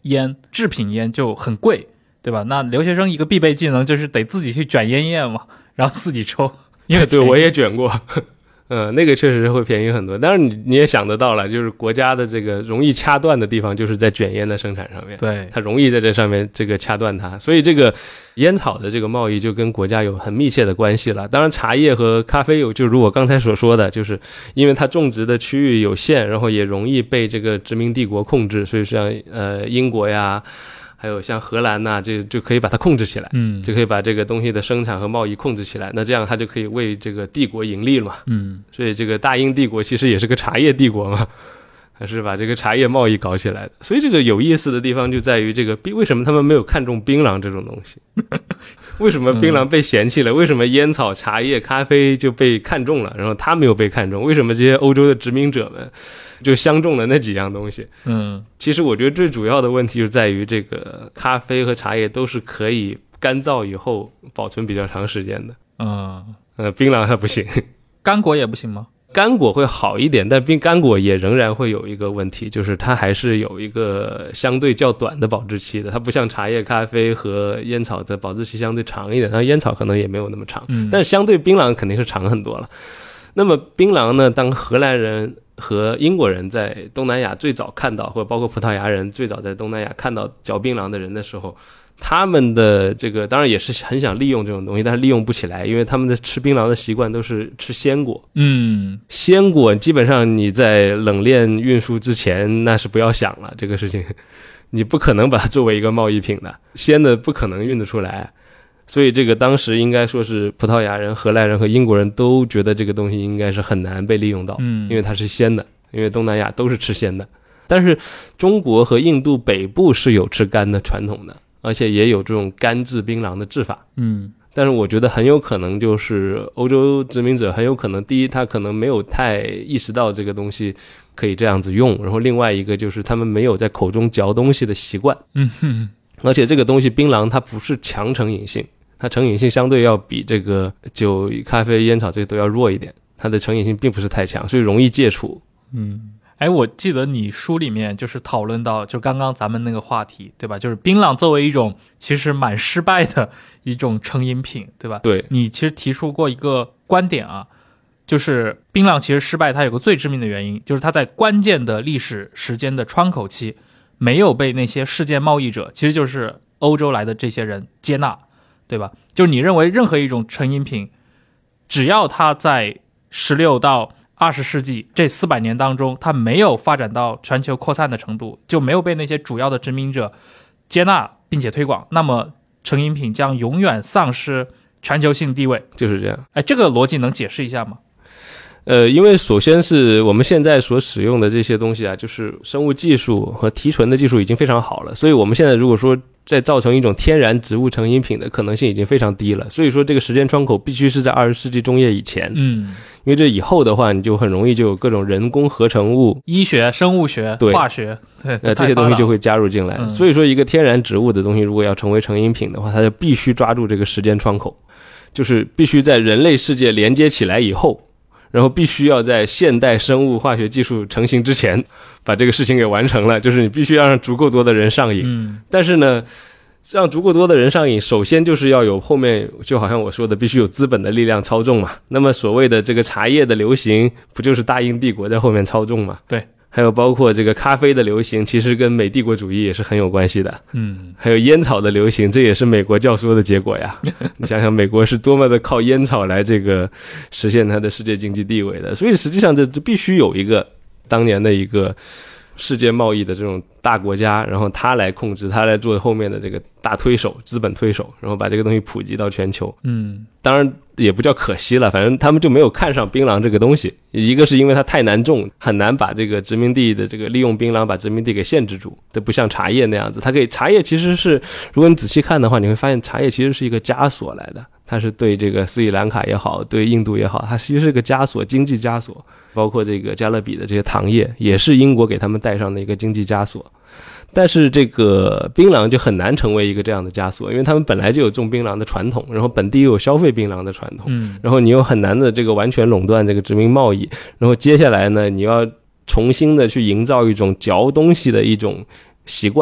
烟制品烟就很贵，对吧？那留学生一个必备技能就是得自己去卷烟叶嘛，然后自己抽。因为对，我也卷过。那个确实会便宜很多，当然你也想得到了，就是国家的这个容易掐断的地方，就是在卷烟的生产上面， 对， 它容易在这上面这个掐断它，所以这个烟草的这个贸易就跟国家有很密切的关系了。当然，茶叶和咖啡就如我刚才所说的，就是因为它种植的区域有限，然后也容易被这个殖民帝国控制，所以像英国呀。还有像荷兰呐，就可以把它控制起来，就可以把这个东西的生产和贸易控制起来。那这样它就可以为这个帝国盈利了嘛。所以这个大英帝国其实也是个茶叶帝国嘛，还是把这个茶叶贸易搞起来的。所以这个有意思的地方就在于这个为什么他们没有看中槟榔这种东西？为什么槟榔被嫌弃了？为什么烟草、茶叶、咖啡就被看中了，然后它没有被看中？为什么这些欧洲的殖民者们就相中了那几样东西？其实我觉得最主要的问题就在于这个咖啡和茶叶都是可以干燥以后保存比较长时间的。槟榔它不行。 干果也不行吗？ 干果会好一点，但干果也仍然会有一个问题，就是它还是有一个相对较短的保质期的。它不像茶叶、咖啡和烟草的保质期相对长一点，那烟草可能也没有那么长，但是相对槟榔肯定是长很多了。那么槟榔呢，当荷兰人和英国人在东南亚最早看到，或者包括葡萄牙人最早在东南亚看到嚼槟榔的人的时候，他们的这个当然也是很想利用这种东西，但是利用不起来，因为他们的吃槟榔的习惯都是吃鲜果。鲜果基本上你在冷链运输之前那是不要想了，这个事情你不可能把它作为一个贸易品的，鲜的不可能运得出来。所以这个当时应该说是葡萄牙人、荷兰人和英国人都觉得这个东西应该是很难被利用到，因为它是鲜的，因为东南亚都是吃鲜的。但是中国和印度北部是有吃干的传统的，而且也有这种干制槟榔的制法。但是我觉得很有可能就是欧洲殖民者很有可能，第一他可能没有太意识到这个东西可以这样子用，然后另外一个就是他们没有在口中嚼东西的习惯。而且这个东西槟榔它不是强成瘾性，它成瘾性相对要比这个酒、咖啡、烟草这些都要弱一点，它的成瘾性并不是太强，所以容易戒除。 我记得你书里面就是讨论到就刚刚咱们那个话题，对吧？就是槟榔作为一种其实蛮失败的一种成瘾品，对吧？ 对， 你其实提出过一个观点啊，就是槟榔其实失败它有个最致命的原因，就是它在关键的历史时间的窗口期没有被那些世界贸易者，其实就是欧洲来的这些人接纳，对吧？就是你认为任何一种成瘾品，只要它在16到20世纪这400年当中，它没有发展到全球扩散的程度，就没有被那些主要的殖民者接纳并且推广，那么成瘾品将永远丧失全球性地位。 就是这样。 这个逻辑能解释一下吗？ 因为首先是我们现在所使用的这些东西啊，就是生物技术和提纯的技术已经非常好了，所以我们现在如果说再造成一种天然植物成瘾品的可能性已经非常低了，所以说这个时间窗口必须是在20世纪中叶以前。因为这以后的话你就很容易就有各种人工合成物、 医学、生物学、化学，对， 这些东西就会加入进来。所以说一个天然植物的东西如果要成为成瘾品的话，它就必须抓住这个时间窗口，就是必须在人类世界连接起来以后，然后必须要在现代生物化学技术成型之前把这个事情给完成了，就是你必须要让足够多的人上瘾。但是呢让足够多的人上瘾，首先就是要有后面就好像我说的必须有资本的力量操纵嘛。那么所谓的这个茶叶的流行不就是大英帝国在后面操纵嘛？ 对， 还有包括这个咖啡的流行其实跟美帝国主义也是很有关系的。还有烟草的流行，这也是美国教唆的结果呀。你想想美国是多么的靠烟草来这个实现它的世界经济地位的，所以实际上这必须有一个当年的一个世界贸易的这种大国家，然后他来控制，他来做后面的这个大推手、资本推手，然后把这个东西普及到全球。当然也不叫可惜了，反正他们就没有看上槟榔这个东西。一个是因为它太难种，很难把这个殖民地的这个利用槟榔把殖民地给限制住，这不像茶叶那样子，它可以，茶叶其实是，如果你仔细看的话，你会发现茶叶其实是一个枷锁来的，它是对这个斯里兰卡也好，对印度也好，它其实是个枷锁，经济枷锁。包括这个加勒比的这些糖业也是英国给他们带上的一个经济枷锁，但是这个槟榔就很难成为一个这样的枷锁，因为他们本来就有种槟榔的传统，然后本地又有消费槟榔的传统，然后你又很难的这个完全垄断这个殖民贸易，然后接下来呢你要重新的去营造一种嚼东西的一种习惯，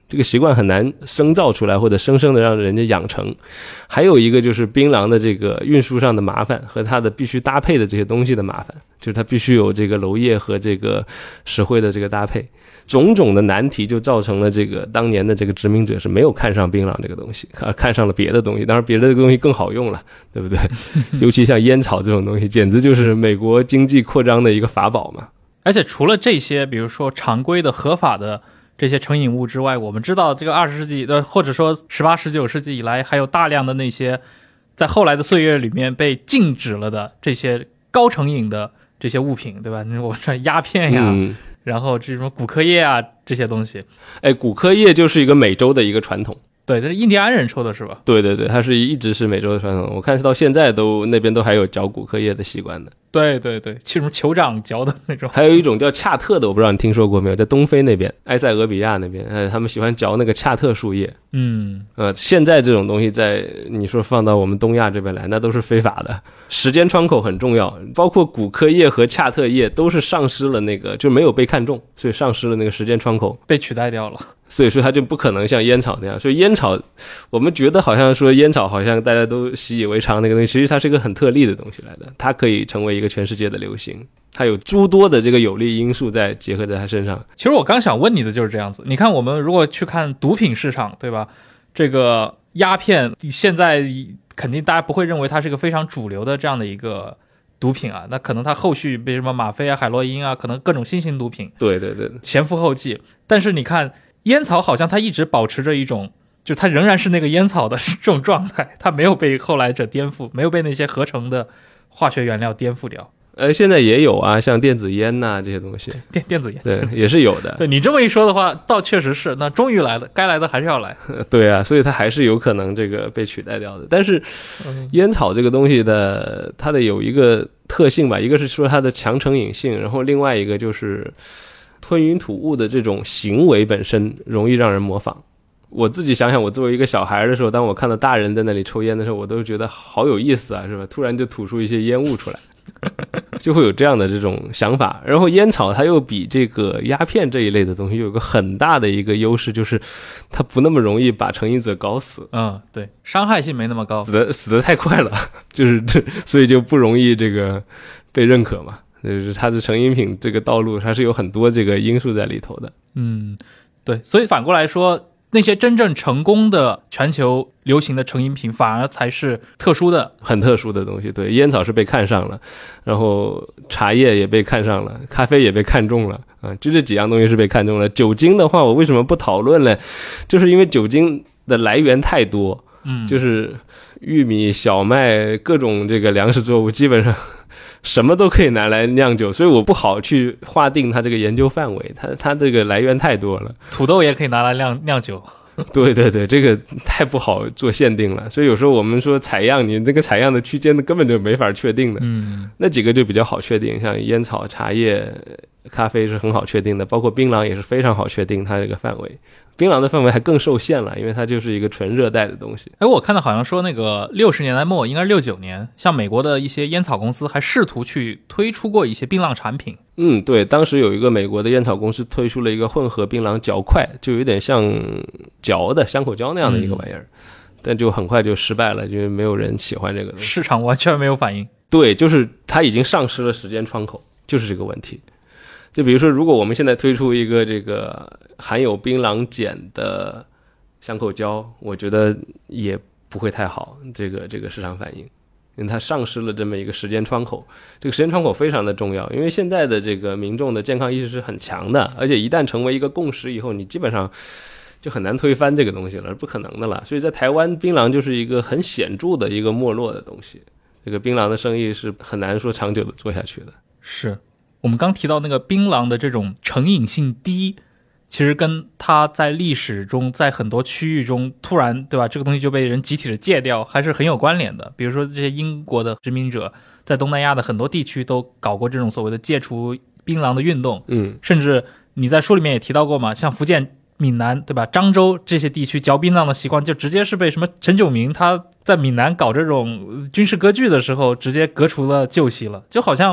这个习惯很难生造出来或者生生的让人家养成。还有一个就是槟榔的这个运输上的麻烦和它的必须搭配的这些东西的麻烦，就是它必须有这个楼叶和这个石灰的这个搭配，种种的难题就造成了这个当年的这个殖民者是没有看上槟榔这个东西，看上了别的东西，当然别的东西更好用了，对不对？尤其像烟草这种东西简直就是美国经济扩张的一个法宝嘛。 而且除了这些比如说常规的合法的这些成瘾物之外，我们知道这个20世纪的或者说18、19世纪以来还有大量的那些在后来的岁月里面被禁止了的这些高成瘾的这些物品，对吧？我们说鸦片呀，然后这种古柯叶啊这些东西。 古柯叶就是一个美洲的一个传统。 对，这是印第安人抽的是吧？ 对对对，它是一直是美洲的传统，我看到现在那边都还有嚼古柯叶的习惯的。 对对对，什么酋长嚼的那种。 还有一种叫恰特的，我不知道你听说过没有，在东非那边，埃塞俄比亚那边，他们喜欢嚼那个恰特树叶。现在这种东西在你说放到我们东亚这边来，那都是非法的。时间窗口很重要，包括古柯叶和恰特叶都是丧失了那个，就没有被看中，所以丧失了那个时间窗口， 被取代掉了。 所以说它就不可能像烟草那样，所以烟草我们觉得好像说烟草好像大家都习以为常那个东西，其实它是一个很特例的东西来的，它可以成为一个全世界的流行，它有诸多的这个有利因素在结合在它身上。 其实我刚想问你的就是这样子，你看我们如果去看毒品市场，对吧？这个鸦片现在肯定大家不会认为它是一个非常主流的这样的一个毒品啊，那可能它后续比如什么吗啡啊、海洛因啊，可能各种新型毒品， 对对对， 前赴后继。但是你看烟草好像它一直保持着一种，就它仍然是那个烟草的这种状态，它没有被后来者颠覆，没有被那些合成的化学原料颠覆掉。 现在也有啊，像电子烟呐、这些东西， 电子烟， 对，也是有的。 对，你这么一说的话，倒确实是，那终于来了，该来的还是要来。 对啊，所以它还是有可能这个被取代掉的。但是烟草这个东西的它的有一个特性吧，一个是说它的强成瘾性，然后另外一个就是吞云吐雾的这种行为本身容易让人模仿。我自己想想，我作为一个小孩的时候，当我看到大人在那里抽烟的时候，我都觉得好有意思啊，是吧？突然就吐出一些烟雾出来，就会有这样的这种想法。然后烟草它又比这个鸦片这一类的东西有一个很大的一个优势，就是它不那么容易把成瘾者搞死。 对，伤害性没那么高， 死得太快了，就是所以就不容易这个被认可嘛。就是它的成瘾品这个道路，它是有很多这个因素在里头的。 对，所以反过来说，那些真正成功的全球流行的成瘾品反而才是特殊的， 很特殊的东西。对，烟草是被看上了，然后茶叶也被看上了，咖啡也被看中了啊，就这几样东西是被看中了。酒精的话，我为什么不讨论呢？就是因为酒精的来源太多，就是玉米、小麦各种这个粮食作物，基本上什么都可以拿来酿酒，所以我不好去划定它这个研究范围，它这个来源太多了。 土豆也可以拿来酿酒。 对对对，这个太不好做限定了，所以有时候我们说采样，你这个采样的区间根本就没法确定的。那几个就比较好确定，像烟草、茶叶、咖啡是很好确定的，包括槟榔也是非常好确定它这个范围。槟榔的范围还更受限了，因为它就是一个纯热带的东西。 我看到好像说那个60年代末，应该是69年，像美国的一些烟草公司还试图去推出过一些槟榔产品。 对，当时有一个美国的烟草公司推出了一个混合槟榔嚼块，就有点像嚼的香口胶那样的一个玩意儿，但就很快就失败了，因为没有人喜欢这个东西， 市场完全没有反应。 对，就是它已经丧失了时间窗口，就是这个问题。就比如说，如果我们现在推出一个这个含有槟榔碱的香口胶，我觉得也不会太好，这个市场反应，因为它丧失了这么一个时间窗口。这个时间窗口非常的重要，因为现在的这个民众的健康意识是很强的，而且一旦成为一个共识以后，你基本上就很难推翻这个东西了，不可能的了。所以在台湾，槟榔就是一个很显著的一个没落的东西，这个槟榔的生意是很难说长久的做下去的。 是我们刚提到那个槟榔的这种成瘾性低，其实跟它在历史中在很多区域中突然，对吧，这个东西就被人集体的戒掉，还是很有关联的。比如说这些英国的殖民者在东南亚的很多地区都搞过这种所谓的戒除槟榔的运动，甚至你在书里面也提到过嘛，像福建闽南，对吧，漳州这些地区嚼槟榔的习惯就直接是被什么陈炯明他在闽南搞这种军事割据的时候直接革除了旧习了。就好像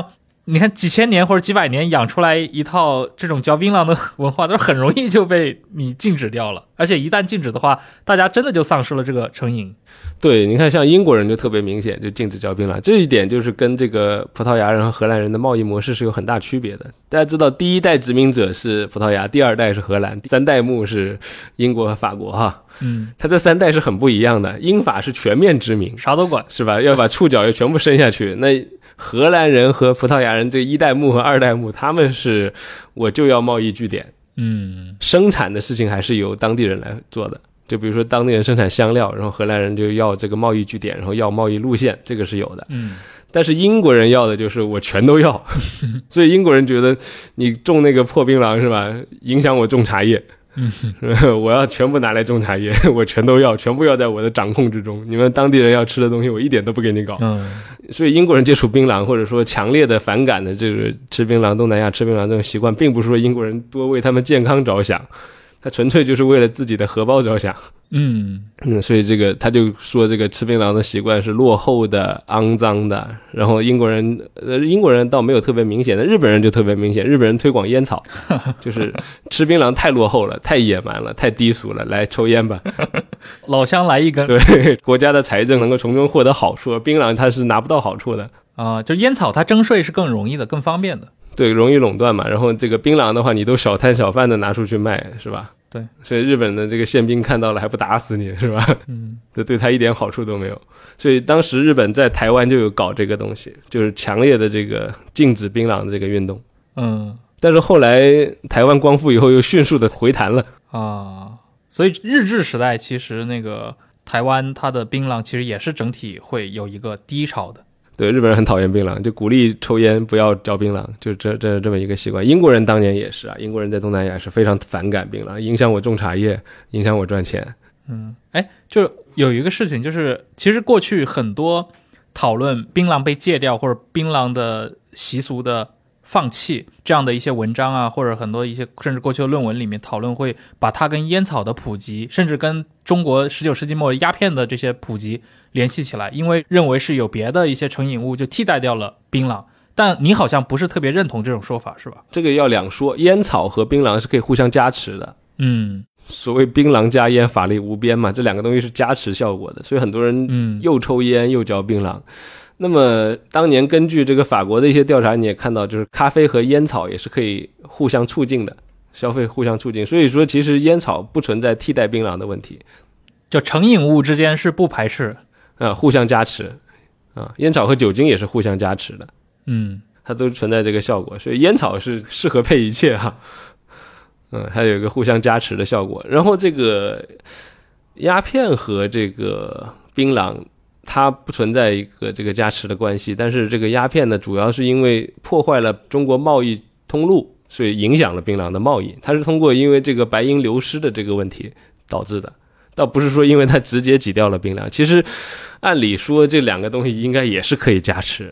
你看几千年或者几百年养出来一套这种嚼槟榔的文化，都是很容易就被你禁止掉了，而且一旦禁止的话，大家真的就丧失了这个成瘾。 对，你看像英国人就特别明显，就禁止嚼槟榔，这一点就是跟这个葡萄牙人和荷兰人的贸易模式是有很大区别的。大家知道第一代殖民者是葡萄牙，第二代是荷兰，第三代目是英国和法国哈。它这三代是很不一样的。英法是全面殖民， 啥都管， 是吧？要把触角也全部伸下去。那荷兰人和葡萄牙人这一代目和二代目，他们是我就要贸易据点，生产的事情还是由当地人来做的。就比如说当地人生产香料，然后荷兰人就要这个贸易据点，然后要贸易路线，这个是有的。但是英国人要的就是我全都要，所以英国人觉得你种那个破槟榔是吧，影响我种茶叶。我要全部拿来种茶叶，我全都要，全部要在我的掌控之中。你们当地人要吃的东西，我一点都不给你搞。所以英国人接触槟榔，或者说强烈的反感的这个吃槟榔、东南亚吃槟榔这种习惯，并不是说英国人多为他们健康着想，他纯粹就是为了自己的荷包着想。所以这个他就说这个吃槟榔的习惯是落后的、肮脏的。然后英国人倒没有特别明显的，日本人就特别明显，日本人推广烟草，就是吃槟榔太落后了、太野蛮了、太低俗了，来抽烟吧， 老乡来一根。 对，国家的财政能够从中获得好处，槟榔它是拿不到好处的就烟草它征税是更容易的、更方便的。 对，容易垄断嘛。然后这个槟榔的话，你都小摊小贩的拿出去卖，是吧？ 对， 所以日本的这个宪兵看到了还不打死你，是吧？这对他一点好处都没有。所以当时日本在台湾就有搞这个东西，就是强烈的这个禁止槟榔的这个运动。但是后来台湾光复以后又迅速的回弹了所以日治时代其实那个台湾它的槟榔其实也是整体会有一个低潮的。 对，日本人很讨厌槟榔，就鼓励抽烟，不要嚼槟榔，就这么一个习惯。英国人当年也是啊，英国人在东南亚是非常反感槟榔，影响我种茶叶，影响我赚钱。 就有一个事情，就是其实过去很多讨论槟榔被戒掉或者槟榔的习俗的放弃这样的一些文章啊，或者很多一些甚至过去的论文里面讨论会把它跟烟草的普及，甚至跟中国19世纪末鸦片的这些普及联系起来，因为认为是有别的一些成瘾物就替代掉了槟榔。但你好像不是特别认同这种说法，是吧？ 这个要两说，烟草和槟榔是可以互相加持的。所谓槟榔加烟，法力无边嘛，这两个东西是加持效果的，所以很多人又抽烟又嚼槟榔。那么当年根据这个法国的一些调查，你也看到，就是咖啡和烟草也是可以互相促进的，消费互相促进。所以说其实烟草不存在替代槟榔的问题， 就成瘾物之间是不排斥互相加持烟草和酒精也是互相加持的，它都存在这个效果，所以烟草是适合配一切它有一个互相加持的效果。然后这个鸦片和这个槟榔它不存在一个这个加持的关系，但是这个鸦片呢，主要是因为破坏了中国贸易通路，所以影响了槟榔的贸易。它是通过因为这个白银流失的这个问题导致的，倒不是说因为它直接挤掉了槟榔。其实按理说这两个东西应该也是可以加持。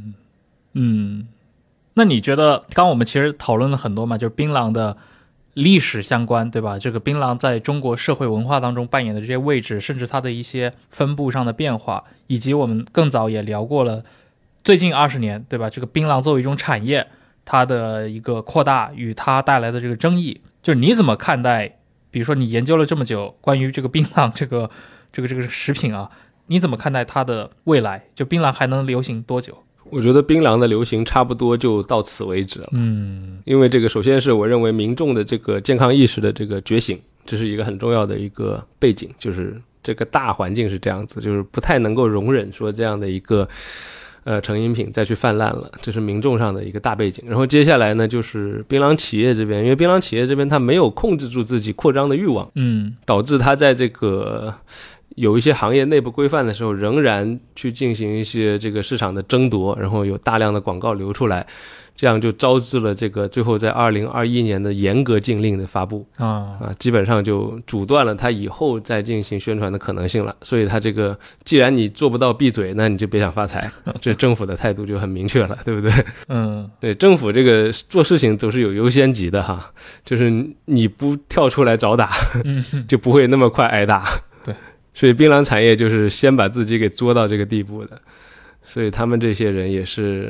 那你觉得刚我们其实讨论了很多嘛，就是槟榔的历史相关，对吧？这个槟榔在中国社会文化当中扮演的这些位置，甚至它的一些分布上的变化，以及我们更早也聊过了最近20年，对吧？这个槟榔作为一种产业，它的一个扩大与它带来的这个争议，就是你怎么看待？比如说你研究了这么久关于这个槟榔这个食品啊，你怎么看待它的未来？就槟榔还能流行多久？ 我觉得槟榔的流行差不多就到此为止了。因为这个首先是我认为民众的这个健康意识的这个觉醒，这是一个很重要的一个背景，就是这个大环境是这样子，就是不太能够容忍说这样的一个成瘾品再去泛滥了，这是民众上的一个大背景。然后接下来呢，就是槟榔企业这边，因为槟榔企业这边它没有控制住自己扩张的欲望，导致它在这个有一些行业内部规范的时候，仍然去进行一些这个市场的争夺，然后有大量的广告流出来，这样就招致了这个最后在2021年的严格禁令的发布基本上就阻断了它以后再进行宣传的可能性了。所以它这个既然你做不到闭嘴，那你就别想发财，这政府的态度就很明确了，对不对？对，政府这个做事情都是有优先级的哈，就是你不跳出来找打就不会那么快挨打。所以槟榔产业就是先把自己给作到这个地步的，所以他们这些人也是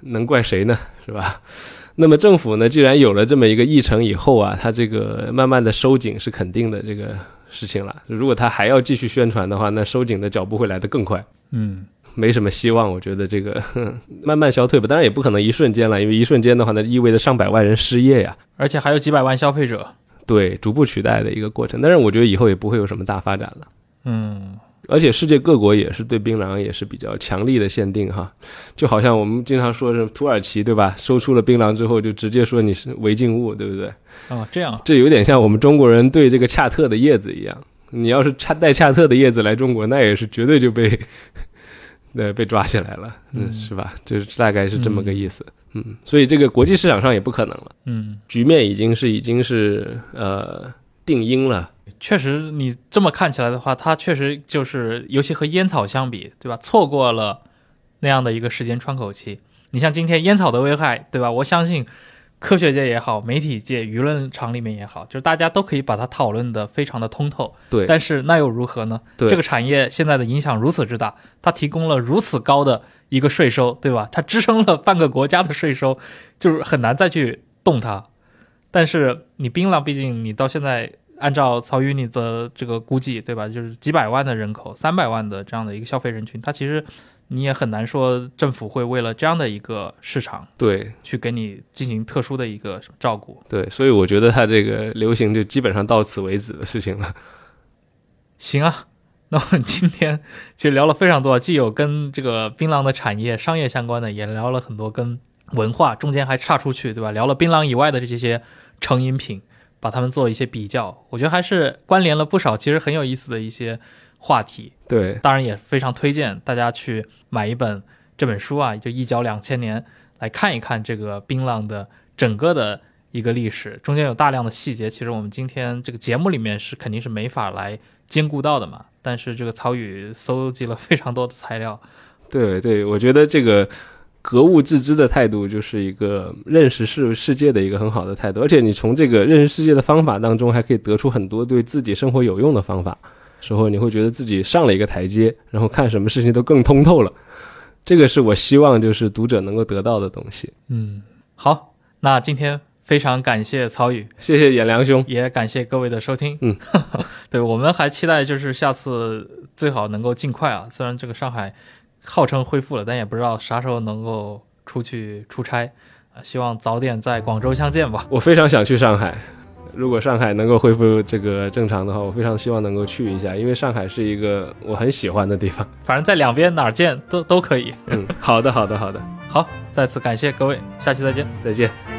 能怪谁呢？是吧？那么政府呢，既然有了这么一个议程以后啊，它这个慢慢的收紧是肯定的这个事情了。如果它还要继续宣传的话，那收紧的脚步会来得更快。没什么希望，我觉得这个慢慢消退吧。当然也不可能一瞬间了，因为一瞬间的话呢，意味着上百万人失业呀， 而且还有几百万消费者。 对，逐步取代的一个过程。但是我觉得以后也不会有什么大发展了。而且世界各国也是对槟榔也是比较强力的限定哈，就好像我们经常说是土耳其对吧，收出了槟榔之后就直接说你是违禁物，对不对？ 这样， 这有点像我们中国人对这个恰特的叶子一样，你要是带恰特的叶子来中国，那也是绝对就被抓起来了，是吧？就是大概是这么个意思。所以这个国际市场上也不可能了。局面已经是定音了。 确实你这么看起来的话，它确实就是尤其和烟草相比，对吧，错过了那样的一个时间窗口期。你像今天烟草的危害，对吧，我相信科学界也好，媒体界舆论场里面也好，就是大家都可以把它讨论的非常的通透。 对， 但是那又如何呢？ 对， 这个产业现在的影响如此之大，它提供了如此高的一个税收，对吧，它支撑了半个国家的税收，就是很难再去动它。但是你槟榔毕竟你到现在按照曹禺你的这个估计，对吧，就是几百万的人口，300万的这样的一个消费人群，它其实你也很难说政府会为了这样的一个市场，对，去给你进行特殊的一个照顾。 对，所以我觉得它这个流行就基本上到此为止的事情了。 行啊，那我们今天其实聊了非常多，既有跟这个槟榔的产业商业相关的，也聊了很多跟文化中间还差出去，对吧，聊了槟榔以外的这些成瘾品，把它们做一些比较，我觉得还是关联了不少其实很有意思的一些话题。 对， 当然也非常推荐大家去买一本这本书啊，就一角2000年来看一看这个槟榔的整个的一个历史，中间有大量的细节，其实我们今天这个节目里面是肯定是没法来兼顾到的嘛，但是这个曹禺搜集了非常多的材料。 对对，我觉得这个格物致知的态度就是一个认识世界的一个很好的态度，而且你从这个认识世界的方法当中还可以得出很多对自己生活有用的方法，时候你会觉得自己上了一个台阶，然后看什么事情都更通透了，这个是我希望就是读者能够得到的东西。 好，那今天非常感谢曹禺， 谢谢颜良兄， 也感谢各位的收听。对，我们还期待就是下次最好能够尽快啊，虽然这个上海号称恢复了，但也不知道啥时候能够出去出差，希望早点在广州相见吧。 我非常想去上海，如果上海能够恢复这个正常的话，我非常希望能够去一下，因为上海是一个我很喜欢的地方。 反正在两边哪儿见都可以。 好的， 好，再次感谢各位，下期再见。 再见。